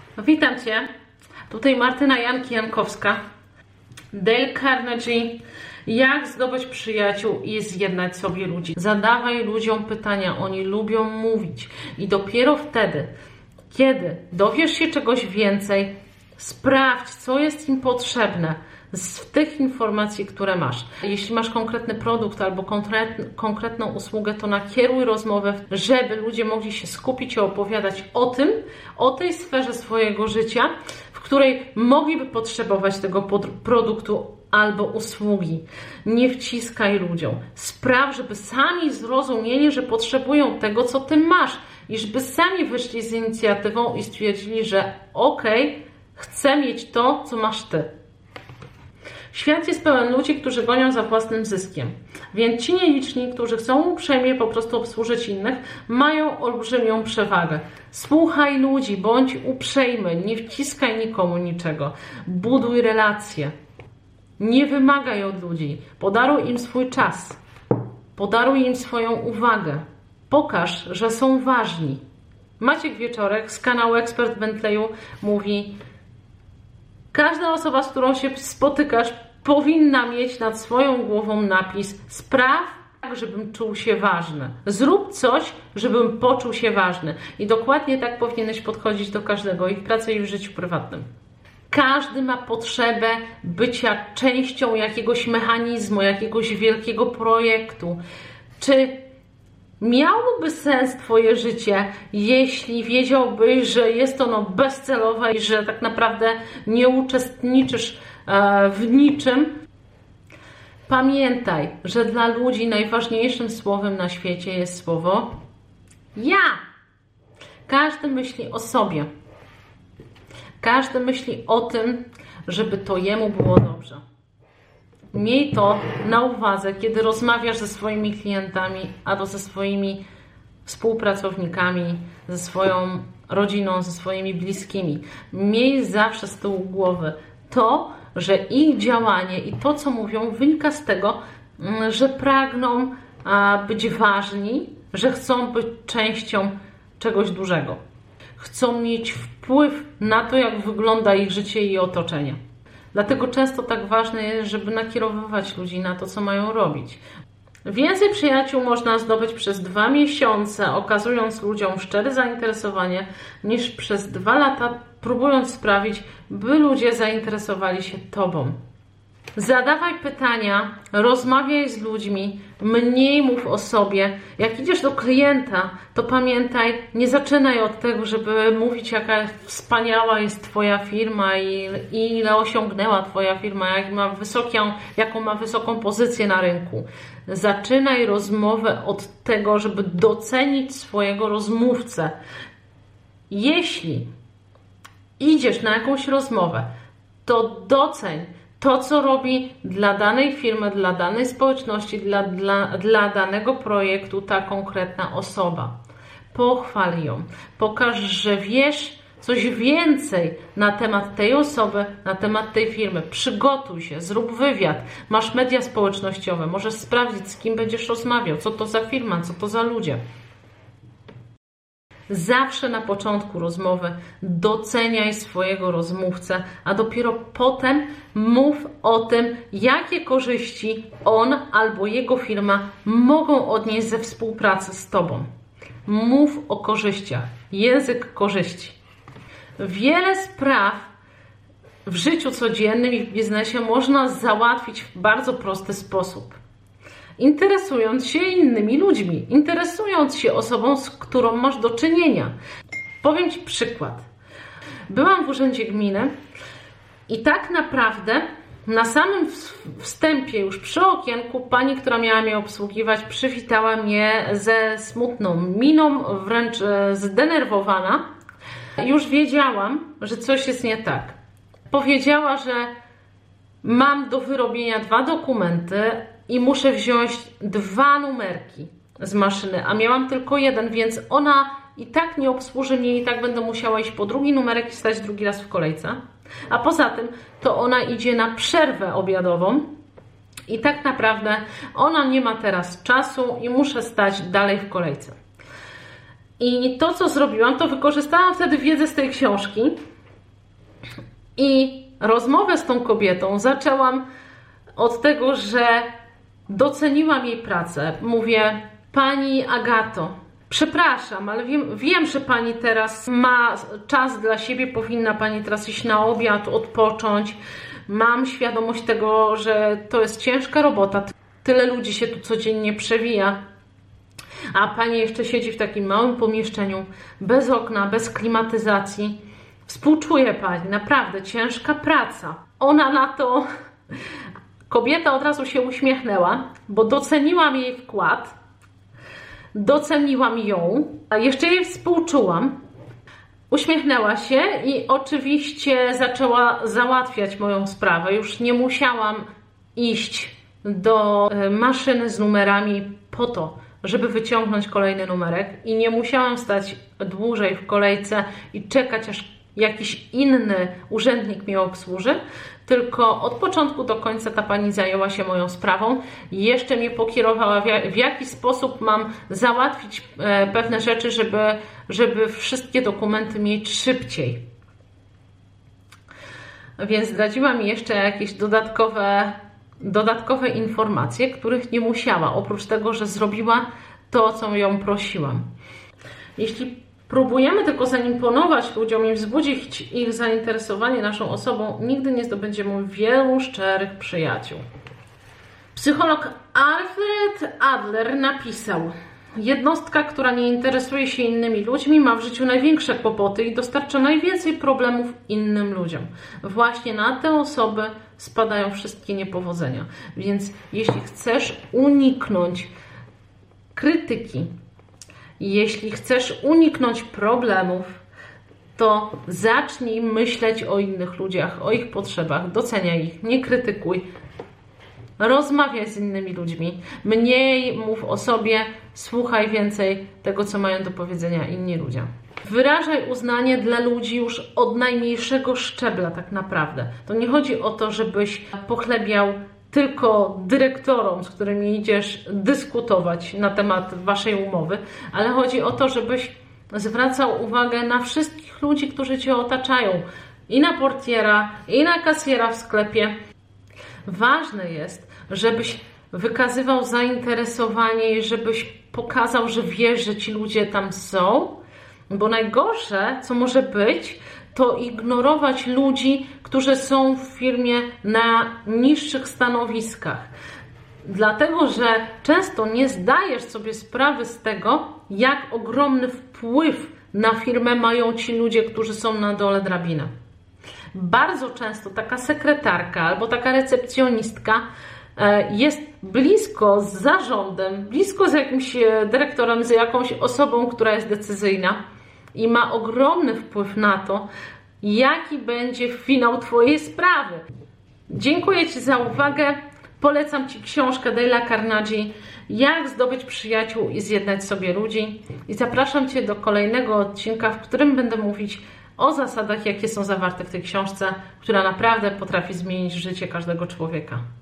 Witam Cię, tutaj Martyna Janki-Jankowska, Dale Carnegie. Jak zdobyć przyjaciół i zjednać sobie ludzi? Zadawaj ludziom pytania, oni lubią mówić i dopiero wtedy, kiedy dowiesz się czegoś więcej, sprawdź, co jest im potrzebne z tych informacji, które masz. Jeśli masz konkretny produkt albo konkretną usługę, to nakieruj rozmowę, żeby ludzie mogli się skupić i opowiadać o tej sferze swojego życia, w której mogliby potrzebować tego produktu albo usługi. Nie wciskaj ludziom. Spraw, żeby sami zrozumieli, że potrzebują tego, co ty masz i żeby sami wyszli z inicjatywą i stwierdzili, że okej, chcę mieć to, co masz ty. Świat jest pełen ludzi, którzy gonią za własnym zyskiem. Więc ci nieliczni, którzy chcą uprzejmie po prostu obsłużyć innych, mają olbrzymią przewagę. Słuchaj ludzi, bądź uprzejmy, nie wciskaj nikomu niczego. Buduj relacje. Nie wymagaj od ludzi. Podaruj im swój czas. Podaruj im swoją uwagę. Pokaż, że są ważni. Maciek Wieczorek z kanału Ekspert Bentleyu mówi: każda osoba, z którą się spotykasz, powinna mieć nad swoją głową napis: spraw tak, żebym czuł się ważny. Zrób coś, żebym poczuł się ważny. I dokładnie tak powinieneś podchodzić do każdego, i w pracy, i w życiu prywatnym. Każdy ma potrzebę bycia częścią jakiegoś mechanizmu, jakiegoś wielkiego projektu. Czy miałoby sens Twoje życie, jeśli wiedziałbyś, że jest ono bezcelowe i że tak naprawdę nie uczestniczysz w niczym? Pamiętaj, że dla ludzi najważniejszym słowem na świecie jest słowo ja. Każdy myśli o sobie. Każdy myśli o tym, żeby to jemu było dobrze. Miej to na uwadze, kiedy rozmawiasz ze swoimi klientami albo ze swoimi współpracownikami, ze swoją rodziną, ze swoimi bliskimi. Miej zawsze z tyłu głowy to, że ich działanie i to, co mówią, wynika z tego, że pragną być ważni, że chcą być częścią czegoś dużego. Chcą mieć wpływ na to, jak wygląda ich życie i otoczenie. Dlatego często tak ważne jest, żeby nakierowywać ludzi na to, co mają robić. Więcej przyjaciół można zdobyć przez 2 miesiące, okazując ludziom szczere zainteresowanie, niż przez 2 lata, próbując sprawić, by ludzie zainteresowali się Tobą. Zadawaj pytania, rozmawiaj z ludźmi, mniej mów o sobie. Jak idziesz do klienta, to pamiętaj, nie zaczynaj od tego, żeby mówić, jaka wspaniała jest Twoja firma i ile osiągnęła Twoja firma, jaką ma wysoką pozycję na rynku. Zaczynaj rozmowę od tego, żeby docenić swojego rozmówcę. Jeśli idziesz na jakąś rozmowę, to doceń to, co robi dla danej firmy, dla danej społeczności, dla danego projektu ta konkretna osoba. Pochwal ją. Pokaż, że wiesz coś więcej na temat tej osoby, na temat tej firmy. Przygotuj się, zrób wywiad. Masz media społecznościowe, możesz sprawdzić, z kim będziesz rozmawiał, co to za firma, co to za ludzie. Zawsze na początku rozmowy doceniaj swojego rozmówcę, a dopiero potem mów o tym, jakie korzyści on albo jego firma mogą odnieść ze współpracy z Tobą. Mów o korzyściach. Język korzyści. Wiele spraw w życiu codziennym i w biznesie można załatwić w bardzo prosty sposób. Interesując się innymi ludźmi, interesując się osobą, z którą masz do czynienia. Powiem Ci przykład. Byłam w urzędzie gminy i tak naprawdę na samym wstępie, już przy okienku, pani, która miała mnie obsługiwać, przywitała mnie ze smutną miną, wręcz zdenerwowana. Już wiedziałam, że coś jest nie tak. Powiedziała, że mam do wyrobienia 2 dokumenty i muszę wziąć 2 numerki z maszyny, a miałam tylko 1, więc ona i tak nie obsłuży mnie, i tak będę musiała iść po drugi numerek i stać drugi raz w kolejce. A poza tym to ona idzie na przerwę obiadową i tak naprawdę ona nie ma teraz czasu i muszę stać dalej w kolejce. I to, co zrobiłam, to wykorzystałam wtedy wiedzę z tej książki I rozmowę z tą kobietą zaczęłam od tego, że doceniłam jej pracę. Mówię: pani Agato, przepraszam, ale wiem, że pani teraz ma czas dla siebie, powinna pani teraz iść na obiad, odpocząć. Mam świadomość tego, że to jest ciężka robota. Tyle ludzi się tu codziennie przewija. A pani jeszcze siedzi w takim małym pomieszczeniu, bez okna, bez klimatyzacji. Współczuję pani, naprawdę ciężka praca. Ona na to... Kobieta od razu się uśmiechnęła, bo doceniłam jej wkład, doceniłam ją, a jeszcze jej współczułam. Uśmiechnęła się i oczywiście zaczęła załatwiać moją sprawę. Już nie musiałam iść do maszyny z numerami po to, żeby wyciągnąć kolejny numerek, i nie musiałam stać dłużej w kolejce i czekać, aż jakiś inny urzędnik mnie obsłuży, tylko od początku do końca ta pani zajęła się moją sprawą i jeszcze mnie pokierowała, w jaki sposób mam załatwić pewne rzeczy, żeby wszystkie dokumenty mieć szybciej. Więc zdradziła mi jeszcze jakieś dodatkowe informacje, których nie musiała, oprócz tego, że zrobiła to, o co ją prosiłam. Jeśli próbujemy tylko zaimponować ludziom i wzbudzić ich zainteresowanie naszą osobą, nigdy nie zdobędziemy wielu szczerych przyjaciół. Psycholog Alfred Adler napisał: jednostka, która nie interesuje się innymi ludźmi, ma w życiu największe kłopoty i dostarcza najwięcej problemów innym ludziom. Właśnie na te osoby spadają wszystkie niepowodzenia. Więc jeśli chcesz uniknąć krytyki, jeśli chcesz uniknąć problemów, to zacznij myśleć o innych ludziach, o ich potrzebach, doceniaj ich, nie krytykuj. Rozmawiaj z innymi ludźmi, mniej mów o sobie, słuchaj więcej tego, co mają do powiedzenia inni ludzie. Wyrażaj uznanie dla ludzi już od najmniejszego szczebla tak naprawdę. To nie chodzi o to, żebyś pochlebiał tylko dyrektorom, z którymi idziesz dyskutować na temat waszej umowy, ale chodzi o to, żebyś zwracał uwagę na wszystkich ludzi, którzy cię otaczają. I na portiera, i na kasjera w sklepie. Ważne jest, żebyś wykazywał zainteresowanie i żebyś pokazał, że wiesz, że ci ludzie tam są, bo najgorsze, co może być, to ignorować ludzi, którzy są w firmie na niższych stanowiskach. Dlatego, że często nie zdajesz sobie sprawy z tego, jak ogromny wpływ na firmę mają ci ludzie, którzy są na dole drabiny. Bardzo często taka sekretarka albo taka recepcjonistka jest blisko z zarządem, blisko z jakimś dyrektorem, z jakąś osobą, która jest decyzyjna i ma ogromny wpływ na to, jaki będzie finał twojej sprawy. Dziękuję ci za uwagę. Polecam ci książkę Dale'a Carnegie Jak zdobyć przyjaciół i zjednać sobie ludzi. I zapraszam cię do kolejnego odcinka, w którym będę mówić o zasadach, jakie są zawarte w tej książce, która naprawdę potrafi zmienić życie każdego człowieka.